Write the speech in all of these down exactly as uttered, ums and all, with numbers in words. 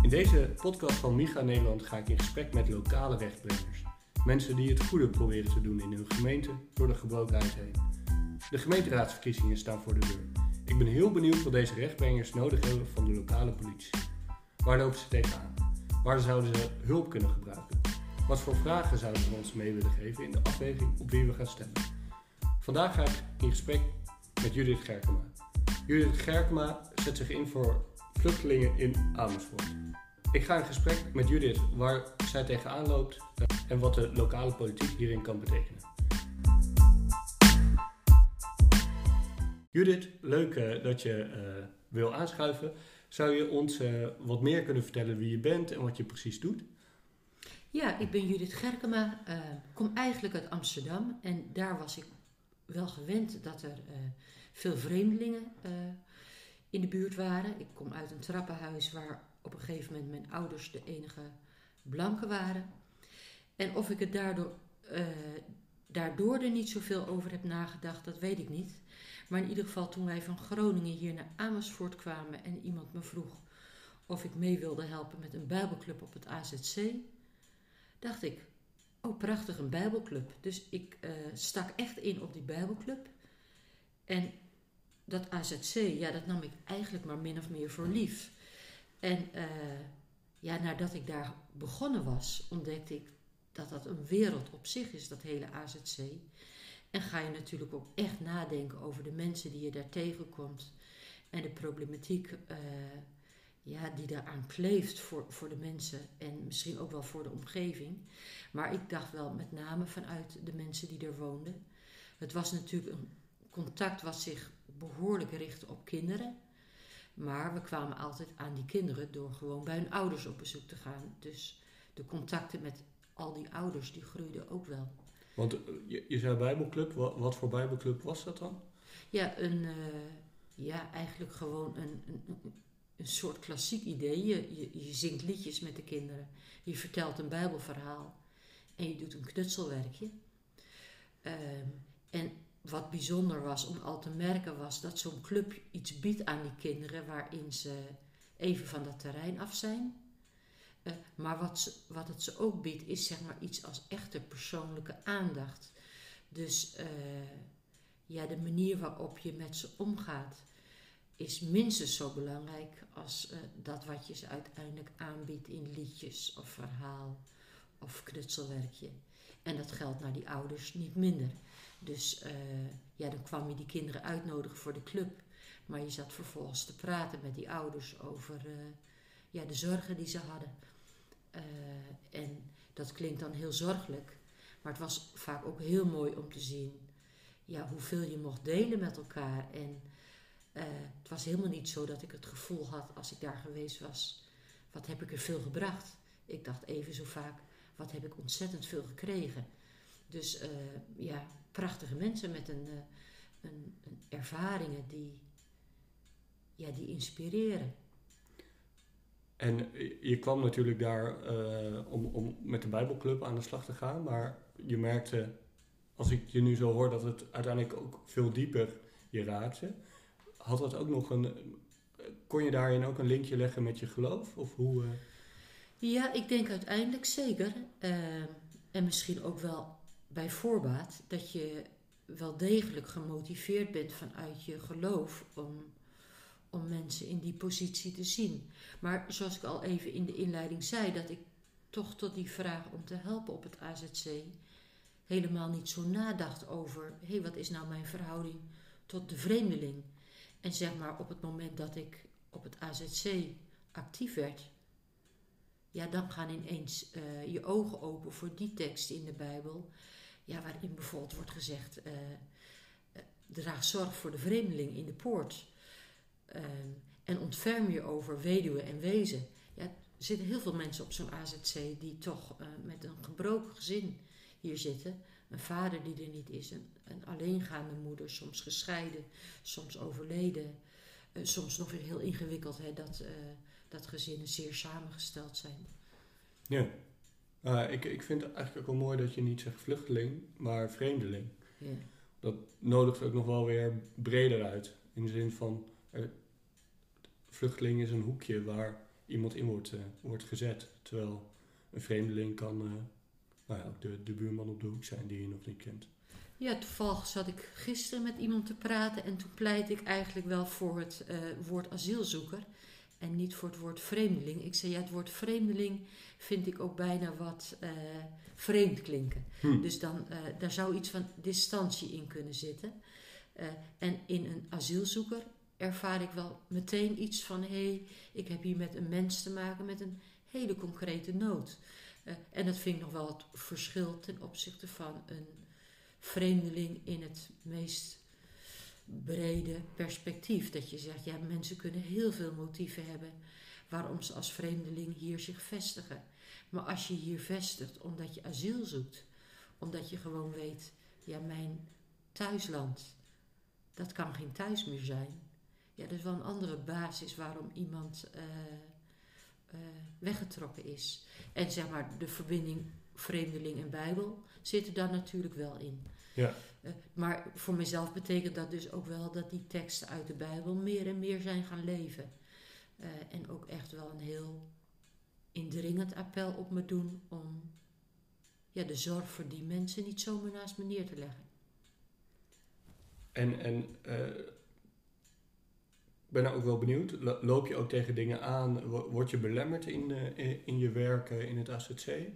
In deze podcast van Migra Nederland ga ik in gesprek met lokale rechtbrengers. Mensen die het goede proberen te doen in hun gemeente door de gebrokenheid heen. De gemeenteraadsverkiezingen staan voor de deur. Ik ben heel benieuwd wat deze rechtbrengers nodig hebben van de lokale politie. Waar lopen ze tegenaan? Waar zouden ze hulp kunnen gebruiken? Wat voor vragen zouden ze ons mee willen geven in de afweging op wie we gaan stemmen? Vandaag ga ik in gesprek met Judith Gerkema. Judith Gerkema zet zich in voor vluchtelingen in Amersfoort. Ik ga in gesprek met Judith waar zij tegenaan loopt en wat de lokale politiek hierin kan betekenen. Judith, leuk uh, dat je uh, wil aanschuiven. Zou je ons uh, wat meer kunnen vertellen wie je bent en wat je precies doet? Ja, ik ben Judith Gerkema, uh, kom eigenlijk uit Amsterdam en daar was ik wel gewend dat er uh, veel vreemdelingen uh, in de buurt waren. Ik kom uit een trappenhuis waar op een gegeven moment mijn ouders de enige blanken waren. En of ik het daardoor, uh, daardoor er niet zoveel over heb nagedacht, dat weet ik niet. Maar in ieder geval toen wij van Groningen hier naar Amersfoort kwamen en iemand me vroeg of ik mee wilde helpen met een bijbelclub op het A Z C, dacht ik, oh prachtig, een bijbelclub. Dus ik uh, stak echt in op die bijbelclub. En dat A Z C, ja, dat nam ik eigenlijk maar min of meer voor lief. En uh, ja, nadat ik daar begonnen was, ontdekte ik dat dat een wereld op zich is, dat hele A Z C. En ga je natuurlijk ook echt nadenken over de mensen die je daar tegenkomt. En de problematiek uh, ja, die daaraan kleeft voor, voor de mensen en misschien ook wel voor de omgeving. Maar ik dacht wel met name vanuit de mensen die er woonden. Het was natuurlijk een contact wat zich behoorlijk richtte op kinderen. Maar we kwamen altijd aan die kinderen door gewoon bij hun ouders op bezoek te gaan. Dus de contacten met al die ouders, die groeiden ook wel. Want je, je zei bijbelclub, wat, wat voor bijbelclub was dat dan? Ja, een, uh, ja eigenlijk gewoon een, een, een soort klassiek idee. Je, je, je zingt liedjes met de kinderen. Je vertelt een bijbelverhaal. En je doet een knutselwerkje. Uh, en wat bijzonder was om al te merken was dat zo'n club iets biedt aan die kinderen waarin ze even van dat terrein af zijn. Uh, maar wat, ze, wat het ze ook biedt is zeg maar iets als echte persoonlijke aandacht. Dus uh, ja, de manier waarop je met ze omgaat is minstens zo belangrijk als uh, dat wat je ze uiteindelijk aanbiedt in liedjes of verhaal of knutselwerkje. En dat geldt naar die ouders niet minder. Dus uh, ja, dan kwam je die kinderen uitnodigen voor de club. Maar je zat vervolgens te praten met die ouders over uh, ja, de zorgen die ze hadden. Uh, en dat klinkt dan heel zorgelijk. Maar het was vaak ook heel mooi om te zien ja, hoeveel je mocht delen met elkaar. En uh, het was helemaal niet zo dat ik het gevoel had als ik daar geweest was. Wat heb ik er veel gebracht? Ik dacht even zo vaak, wat heb ik ontzettend veel gekregen. Dus uh, ja, prachtige mensen met een, uh, een, een ervaringen die, ja, die inspireren. En je kwam natuurlijk daar uh, om, om met de bijbelclub aan de slag te gaan. Maar je merkte, als ik je nu zo hoor, dat het uiteindelijk ook veel dieper je raakte. Had dat ook nog een... Kon je daarin ook een linkje leggen met je geloof? Of hoe... Uh... Ja, ik denk uiteindelijk zeker. Uh, en misschien ook wel bij voorbaat dat je wel degelijk gemotiveerd bent vanuit je geloof om, om mensen in die positie te zien. Maar zoals ik al even in de inleiding zei, dat ik toch tot die vraag om te helpen op het A Z C helemaal niet zo nadacht over, hé, hey, wat is nou mijn verhouding tot de vreemdeling? En zeg maar op het moment dat ik op het A Z C actief werd, ja, dan gaan ineens uh, je ogen open voor die teksten in de Bijbel. Ja, waarin bijvoorbeeld wordt gezegd, uh, uh, draag zorg voor de vreemdeling in de poort. Uh, en ontferm je over weduwe en wezen. Ja, er zitten heel veel mensen op zo'n A Z C die toch uh, met een gebroken gezin hier zitten. Een vader die er niet is, een, een alleengaande moeder, soms gescheiden, soms overleden. Uh, soms nog weer heel ingewikkeld, hè, dat, uh, dat gezinnen zeer samengesteld zijn. Ja. Uh, ik, ik vind het eigenlijk ook wel mooi dat je niet zegt vluchteling, maar vreemdeling. Ja. Dat nodigt ook nog wel weer breder uit. In de zin van, uh, vluchteling is een hoekje waar iemand in wordt, uh, wordt gezet. Terwijl een vreemdeling kan uh, nou ja, ook de, de buurman op de hoek zijn die je nog niet kent. Ja, toevallig zat ik gisteren met iemand te praten en toen pleit ik eigenlijk wel voor het uh, woord asielzoeker en niet voor het woord vreemdeling. Ik zei ja, het woord vreemdeling vind ik ook bijna wat uh, vreemd klinken. Hm. Dus dan, uh, daar zou iets van distantie in kunnen zitten. Uh, en in een asielzoeker ervaar ik wel meteen iets van hé, hey, ik heb hier met een mens te maken met een hele concrete nood. Uh, en dat vind ik nog wel het verschil ten opzichte van een vreemdeling in het meest brede perspectief. Dat je zegt, ja, mensen kunnen heel veel motieven hebben waarom ze als vreemdeling hier zich vestigen. Maar als je hier vestigt omdat je asiel zoekt, omdat je gewoon weet, ja, mijn thuisland, dat kan geen thuis meer zijn. Ja, dat is wel een andere basis waarom iemand uh, uh, weggetrokken is. En zeg maar, de verbinding vreemdeling en Bijbel zit er dan natuurlijk wel in. Ja. Uh, maar voor mezelf betekent dat dus ook wel dat die teksten uit de Bijbel meer en meer zijn gaan leven. Uh, en ook echt wel een heel indringend appel op me doen om ja, de zorg voor die mensen niet zomaar naast me neer te leggen. En, en uh, ik ben nou ook wel benieuwd, loop je ook tegen dingen aan, word je belemmerd in, uh, in je werk uh, in het A Z C?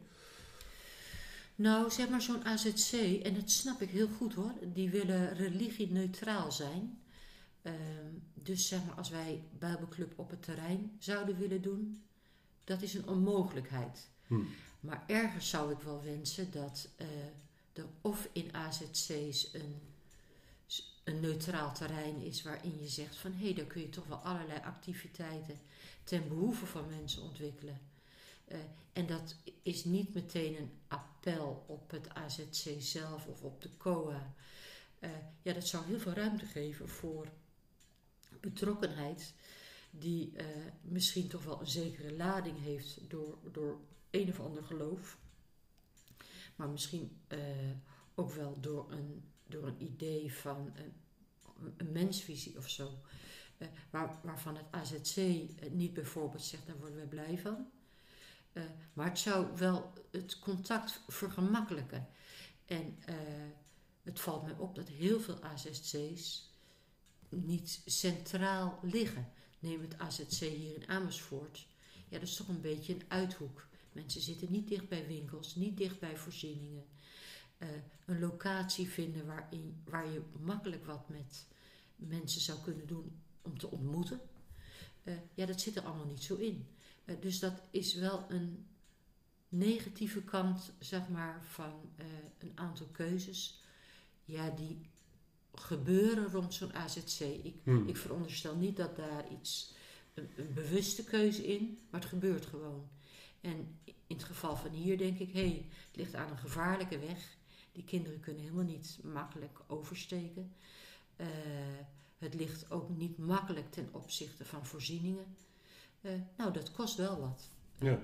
Nou, zeg maar zo'n A Z C, en dat snap ik heel goed hoor, die willen religie-neutraal zijn. Uh, dus zeg maar als wij Bijbelclub op het terrein zouden willen doen, dat is een onmogelijkheid. Hmm. Maar ergens zou ik wel wensen dat uh, er of in A Z C's een, een neutraal terrein is waarin je zegt van hé, hey, daar kun je toch wel allerlei activiteiten ten behoeve van mensen ontwikkelen. Uh, en dat is niet meteen een appel op het A Z C zelf of op de C O A. Uh, ja, dat zou heel veel ruimte geven voor betrokkenheid die uh, misschien toch wel een zekere lading heeft door, door een of ander geloof. Maar misschien uh, ook wel door een, door een idee van een, een mensvisie of zo. Uh, waar, waarvan het A Z C uh, niet bijvoorbeeld zegt, daar worden we blij van. Uh, maar het zou wel het contact vergemakkelijken. En uh, het valt mij op dat heel veel A Z C's niet centraal liggen. Neem het A Z C hier in Amersfoort. Ja, dat is toch een beetje een uithoek. Mensen zitten niet dicht bij winkels, niet dicht bij voorzieningen. Uh, een locatie vinden waarin, waar je makkelijk wat met mensen zou kunnen doen om te ontmoeten. Uh, ja, dat zit er allemaal niet zo in. Uh, dus dat is wel een negatieve kant, zeg maar, van uh, een aantal keuzes. Ja, die gebeuren rond zo'n A Z C. Ik, hmm. ik veronderstel niet dat daar iets, een, een bewuste keuze in, maar het gebeurt gewoon. En in het geval van hier denk ik, hé, hey, het ligt aan een gevaarlijke weg. Die kinderen kunnen helemaal niet makkelijk oversteken. Uh, het ligt ook niet makkelijk ten opzichte van voorzieningen. Uh, nou, dat kost wel wat. Ja.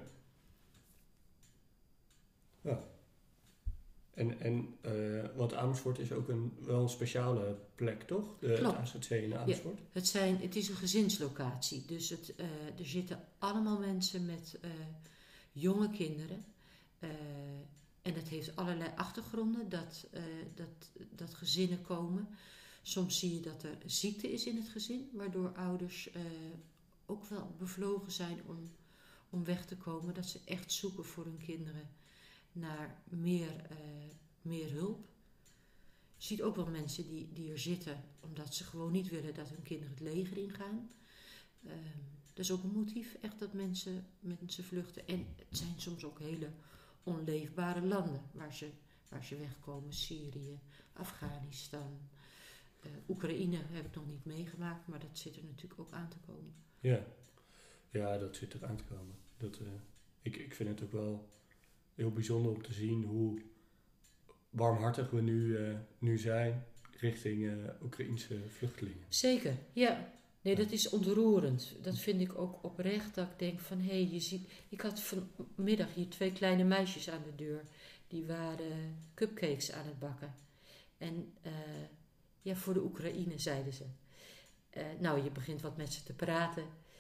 Ja. En, en uh, want Amersfoort is ook een, wel een speciale plek, toch? De, Klopt. Het A Z C in Amersfoort? Ja, het, zijn, het is een gezinslocatie. Dus het, uh, er zitten allemaal mensen met uh, jonge kinderen. Uh, en dat heeft allerlei achtergronden, dat, uh, dat, dat gezinnen komen. Soms zie je dat er ziekte is in het gezin, waardoor ouders uh, ook wel bevlogen zijn om, om weg te komen. Dat ze echt zoeken voor hun kinderen naar meer, uh, meer hulp. Je ziet ook wel mensen die, die er zitten omdat ze gewoon niet willen dat hun kinderen het leger ingaan. Uh, dat is ook een motief, echt dat mensen, mensen vluchten. En het zijn soms ook hele onleefbare landen waar ze, waar ze wegkomen. Syrië, Afghanistan, uh, Oekraïne heb ik nog niet meegemaakt, maar dat zit er natuurlijk ook aan te komen. Ja, ja dat zit er aan te komen. Dat, uh, ik, ik vind het ook wel heel bijzonder om te zien hoe warmhartig we nu, uh, nu zijn richting uh, Oekraïense vluchtelingen. Zeker, ja. Nee, dat is ontroerend. Dat vind ik ook oprecht. Dat ik denk van, hé, hey, je ziet... Ik had vanmiddag hier twee kleine meisjes aan de deur. Die waren cupcakes aan het bakken. En uh, ja, voor de Oekraïne, zeiden ze. Uh, nou, je begint wat met ze te praten.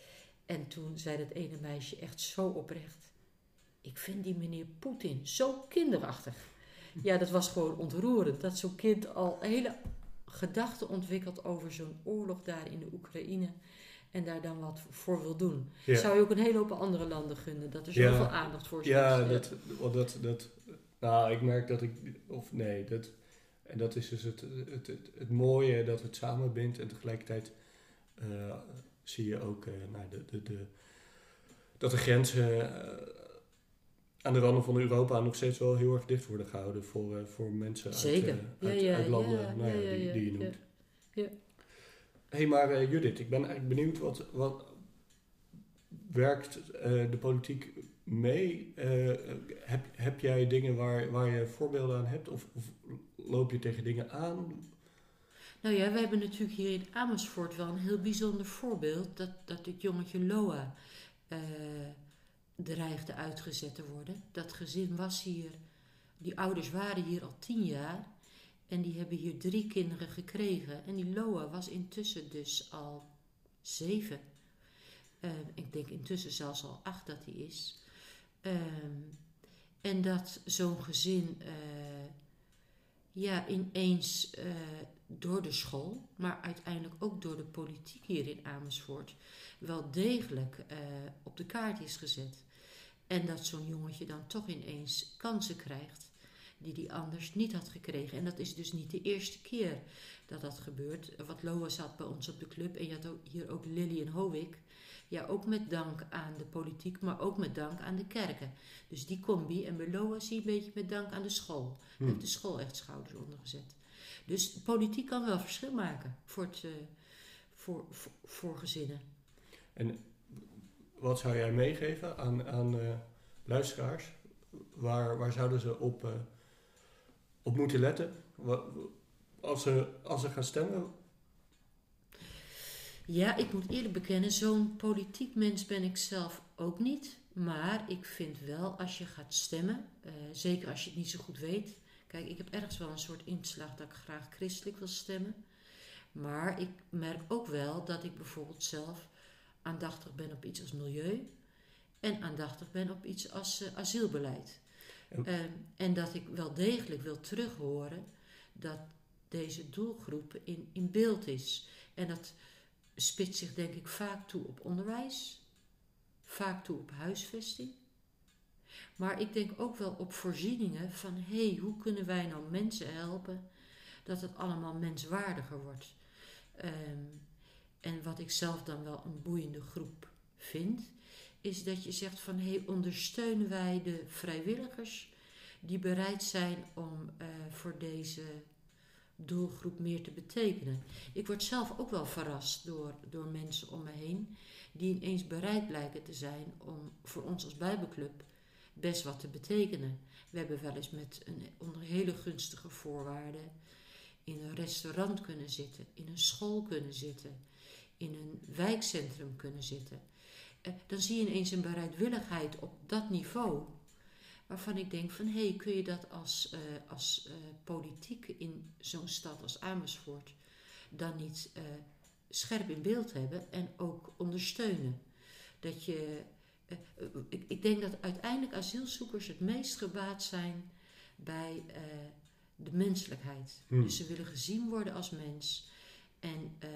En toen zei dat ene meisje echt zo oprecht: ik vind die meneer Poetin zo kinderachtig. Ja, dat was gewoon ontroerend. Dat zo'n kind al hele gedachten ontwikkelt over zo'n oorlog daar in de Oekraïne. En daar dan wat voor wil doen. Ja. Zou je ook een hele hoop andere landen gunnen. Dat er Ja. zoveel aandacht voor is. Ja, dat, want dat, dat, nou, ik merk dat ik, of nee, dat, en dat is dus het, het, het, het mooie dat het samenbindt. En tegelijkertijd uh, zie je ook uh, nou, de, de, de, dat de grenzen uh, aan de randen van Europa nog steeds wel heel erg dicht worden gehouden voor, uh, voor mensen Zeker. uit, uh, uit, ja, ja, uit landen ja, nou, ja, ja, die, ja, die je noemt. Ja. Ja. Hé, hey, maar uh, Judith, ik ben eigenlijk benieuwd, wat, wat werkt uh, de politiek mee? Uh, heb, heb jij dingen waar, waar je voorbeelden aan hebt? Of, of loop je tegen dingen aan? Nou ja, we hebben natuurlijk hier in Amersfoort wel een heel bijzonder voorbeeld. Dat, dat dit jongetje Loa uh, dreigde uitgezet te worden. Dat gezin was hier, die ouders waren hier al tien jaar. En die hebben hier drie kinderen gekregen. En die Loa was intussen dus al zeven. Uh, ik denk intussen zelfs al acht dat hij is. Um, en dat zo'n gezin uh, ja, ineens uh, door de school, maar uiteindelijk ook door de politiek hier in Amersfoort, wel degelijk uh, op de kaart is gezet. En dat zo'n jongetje dan toch ineens kansen krijgt die hij anders niet had gekregen. En dat is dus niet de eerste keer dat dat gebeurt. Wat Loa zat bij ons op de club en je had ook hier ook Lillian Howick. Ja, ook met dank aan de politiek, maar ook met dank aan de kerken. Dus die combi. En bij Loa zie je een beetje met dank aan de school. Hmm. Heeft de school echt schouders ondergezet. Dus politiek kan wel verschil maken voor, het, uh, voor, voor, voor gezinnen. En wat zou jij meegeven aan, aan uh, luisteraars? Waar, waar zouden ze op, uh, op moeten letten als ze, als ze gaan stemmen? Ja, ik moet eerlijk bekennen, zo'n politiek mens ben ik zelf ook niet. Maar ik vind wel, als je gaat stemmen, uh, zeker als je het niet zo goed weet. Kijk, ik heb ergens wel een soort inslag dat ik graag christelijk wil stemmen. Maar ik merk ook wel dat ik bijvoorbeeld zelf aandachtig ben op iets als milieu. En aandachtig ben op iets als uh, asielbeleid. Uh, en dat ik wel degelijk wil terughoren dat deze doelgroep in, in beeld is. En dat spitst zich denk ik vaak toe op onderwijs, vaak toe op huisvesting. Maar ik denk ook wel op voorzieningen van, hé, hey, hoe kunnen wij nou mensen helpen dat het allemaal menswaardiger wordt. Um, en wat ik zelf dan wel een boeiende groep vind, is dat je zegt van, hé, hey, ondersteunen wij de vrijwilligers die bereid zijn om uh, voor deze doelgroep meer te betekenen. Ik word zelf ook wel verrast door, door mensen om me heen die ineens bereid blijken te zijn om voor ons als Bijbelclub best wat te betekenen. We hebben wel eens met een, onder hele gunstige voorwaarden in een restaurant kunnen zitten, in een school kunnen zitten, in een wijkcentrum kunnen zitten. Uh, dan zie je ineens een bereidwilligheid op dat niveau, waarvan ik denk van, hé, hey, kun je dat als, uh, als uh, politiek in zo'n stad als Amersfoort dan niet uh, scherp in beeld hebben en ook ondersteunen. Dat je, uh, uh, ik, ik denk dat uiteindelijk asielzoekers het meest gebaat zijn bij uh, de menselijkheid. Hmm. Dus ze willen gezien worden als mens. En uh,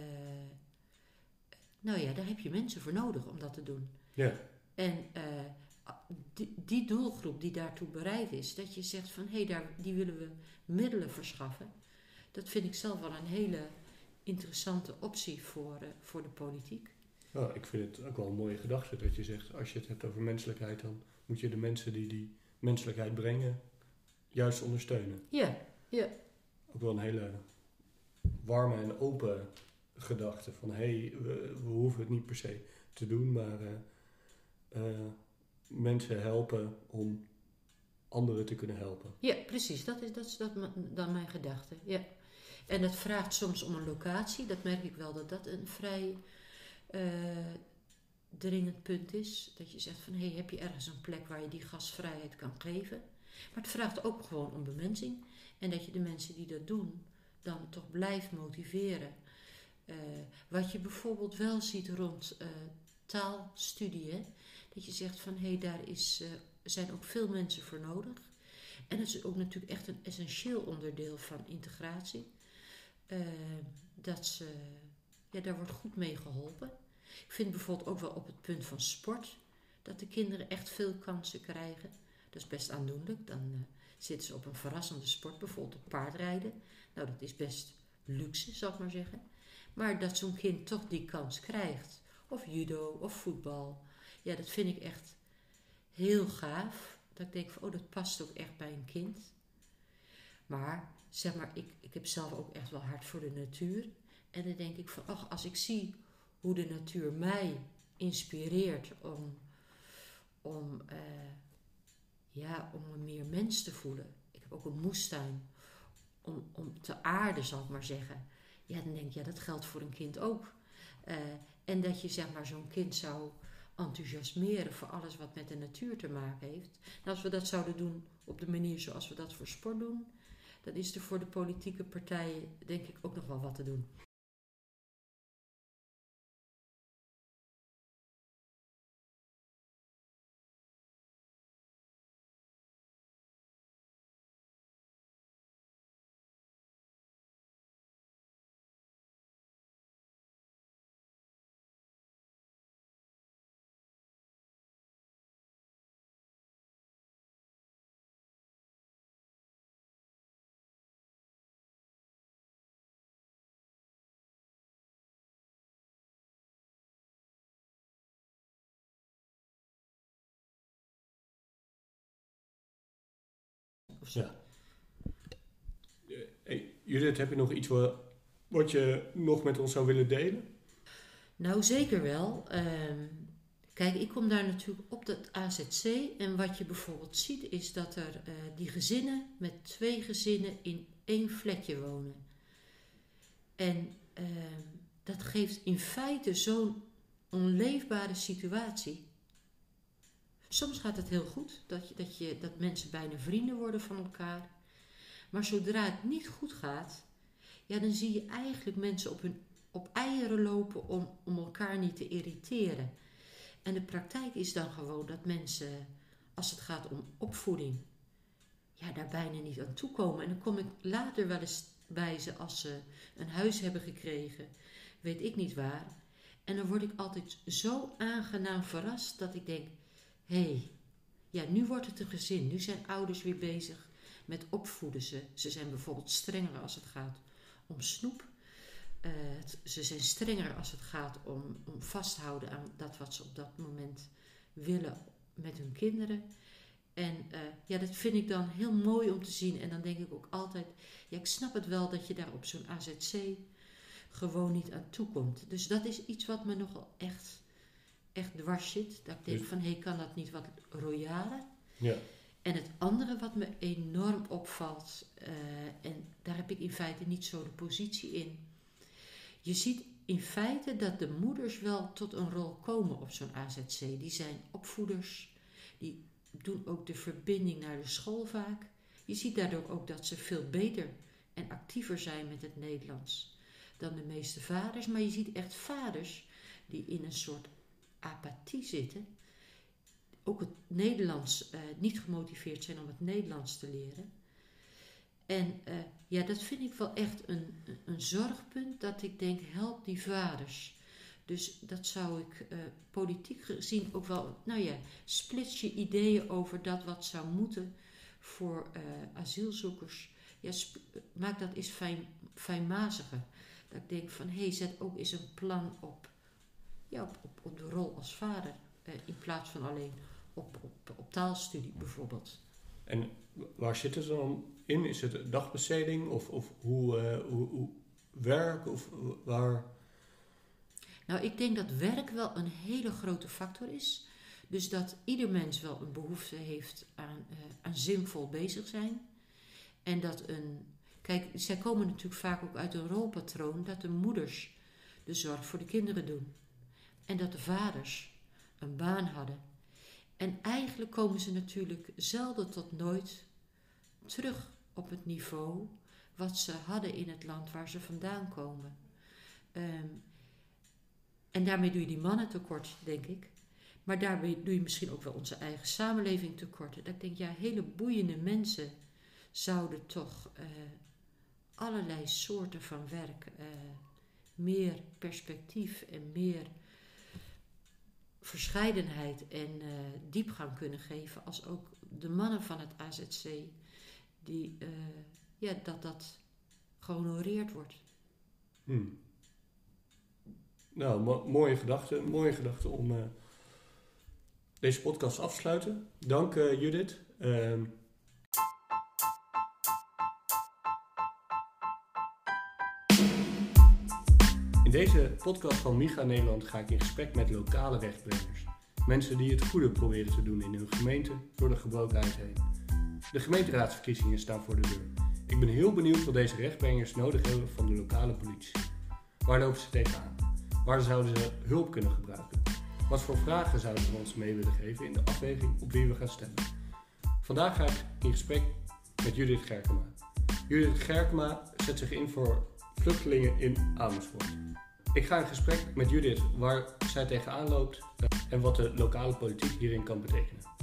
nou ja, daar heb je mensen voor nodig om dat te doen. Ja. En uh, Die, die doelgroep die daartoe bereid is, dat je zegt van, hé, hey, daar, die willen we middelen verschaffen. Dat vind ik zelf wel een hele interessante optie voor, uh, voor de politiek. Ja, ik vind het ook wel een mooie gedachte dat je zegt, als je het hebt over menselijkheid, dan moet je de mensen die die menselijkheid brengen juist ondersteunen. Ja, ja. Ook wel een hele warme en open gedachte van, hé, hey, we, we hoeven het niet per se te doen, maar uh, uh, mensen helpen om anderen te kunnen helpen. Ja, precies. Dat is, dat is dat dan mijn gedachte. Ja. En dat vraagt soms om een locatie. Dat merk ik wel dat dat een vrij uh, dringend punt is. Dat je zegt van, hé, hey, heb je ergens een plek waar je die gastvrijheid kan geven? Maar het vraagt ook gewoon om bemensing. En dat je de mensen die dat doen dan toch blijft motiveren. Uh, wat je bijvoorbeeld wel ziet rond uh, taalstudie. Hè? Dat je zegt van hé, hey, daar is, uh, zijn ook veel mensen voor nodig. En het is ook natuurlijk echt een essentieel onderdeel van integratie. Uh, dat ze, ja, daar wordt goed mee geholpen. Ik vind bijvoorbeeld ook wel op het punt van sport dat de kinderen echt veel kansen krijgen. Dat is best aandoenlijk. Dan uh, zitten ze op een verrassende sport, bijvoorbeeld het paardrijden. Nou, dat is best luxe, zal ik maar zeggen. Maar dat zo'n kind toch die kans krijgt. Of judo, of voetbal. Ja, dat vind ik echt heel gaaf. Dat ik denk van, oh, dat past ook echt bij een kind. Maar, zeg maar, ik, ik heb zelf ook echt wel hart voor de natuur. En dan denk ik van, ach, als ik zie hoe de natuur mij inspireert om, om, uh, ja, om me meer mens te voelen. Ik heb ook een moestuin. Om, om te aarden, zal ik maar zeggen. Ja, dan denk ik, ja, dat geldt voor een kind ook. Uh, en dat je, zeg maar, zo'n kind zou enthousiasmeren voor alles wat met de natuur te maken heeft. En als we dat zouden doen op de manier zoals we dat voor sport doen, dan is er voor de politieke partijen, denk ik, ook nog wel wat te doen. Ja. Hey, Judith, heb je nog iets wat, wat je nog met ons zou willen delen? Nou, zeker wel. Um, kijk, ik kom daar natuurlijk op dat A Z C. En wat je bijvoorbeeld ziet is dat er uh, die gezinnen met twee gezinnen in één flatje wonen. En uh, dat geeft in feite zo'n onleefbare situatie. Soms gaat het heel goed, dat, je, dat, je, dat mensen bijna vrienden worden van elkaar. Maar zodra het niet goed gaat, ja, dan zie je eigenlijk mensen op, hun, op eieren lopen om, om elkaar niet te irriteren. En de praktijk is dan gewoon dat mensen, als het gaat om opvoeding, ja, daar bijna niet aan toekomen. En dan kom ik later wel eens bij ze als ze een huis hebben gekregen, weet ik niet waar. En dan word ik altijd zo aangenaam verrast dat ik denk, hé, hey, ja, nu wordt het een gezin. Nu zijn ouders weer bezig met opvoeden ze. Ze zijn bijvoorbeeld strenger als het gaat om snoep. Uh, het, ze zijn strenger als het gaat om, om vasthouden aan dat wat ze op dat moment willen met hun kinderen. En uh, ja, dat vind ik dan heel mooi om te zien. En dan denk ik ook altijd, ja, ik snap het wel dat je daar op zo'n A Z C gewoon niet aan toe komt. Dus dat is iets wat me nogal echt, echt dwars zit. Dat ik denk dus van, hé, hey, kan dat niet wat royaler? Ja. En het andere wat me enorm opvalt, uh, en daar heb ik in feite niet zo de positie in. Je ziet in feite dat de moeders wel tot een rol komen op zo'n A Z C. Die zijn opvoeders, die doen ook de verbinding naar de school vaak. Je ziet daardoor ook dat ze veel beter en actiever zijn met het Nederlands dan de meeste vaders. Maar je ziet echt vaders die in een soort apathie zitten. Ook het Nederlands, uh, niet gemotiveerd zijn om het Nederlands te leren. En uh, ja, dat vind ik wel echt een, een zorgpunt, dat ik denk, help die vaders. Dus dat zou ik uh, politiek gezien ook wel, nou ja, splits je ideeën over dat wat zou moeten voor uh, asielzoekers. Ja, sp- maak dat eens fijn, fijnmaziger. Dat ik denk van, hé, hey, zet ook eens een plan op, ja, op, op, op de rol als vader. Uh, in plaats van alleen op, op, op taalstudie bijvoorbeeld. En waar zitten ze dan in? Is het dagbesteding of, of hoe, uh, hoe, hoe werk? Of waar? Nou, ik denk dat werk wel een hele grote factor is. Dus dat ieder mens wel een behoefte heeft aan, uh, aan zinvol bezig zijn. En dat een... Kijk, zij komen natuurlijk vaak ook uit een rolpatroon dat de moeders de zorg voor de kinderen doen. En dat de vaders een baan hadden. En eigenlijk komen ze natuurlijk zelden tot nooit terug op het niveau wat ze hadden in het land waar ze vandaan komen. Um, En daarmee doe je die mannen tekort, denk ik. Maar daarmee doe je misschien ook wel onze eigen samenleving tekort. Dat ik denk, ja, hele boeiende mensen zouden toch uh, allerlei soorten van werk, uh, meer perspectief en meer verscheidenheid en uh, diepgang kunnen geven. Als ook de mannen van het A Z C, die, uh, ja, dat dat gehonoreerd wordt. Hmm. Nou, mo- mooie gedachte. Mooie gedachte om uh, deze podcast af te sluiten. Dank uh, Judith. Uh, in deze podcast van Micha Nederland ga ik in gesprek met lokale rechtbrengers. Mensen die het goede proberen te doen in hun gemeente door de gebrokenheid heen. De gemeenteraadsverkiezingen staan voor de deur. Ik ben heel benieuwd wat deze rechtbrengers nodig hebben van de lokale politie. Waar lopen ze tegenaan? Waar zouden ze hulp kunnen gebruiken? Wat voor vragen zouden ze ons mee willen geven in de afweging op wie we gaan stemmen? Vandaag ga ik in gesprek met Judith Gerkema. Judith Gerkema zet zich in voor vluchtelingen in Amersfoort. Ik ga in gesprek met Judith waar zij tegenaan loopt en wat de lokale politiek hierin kan betekenen.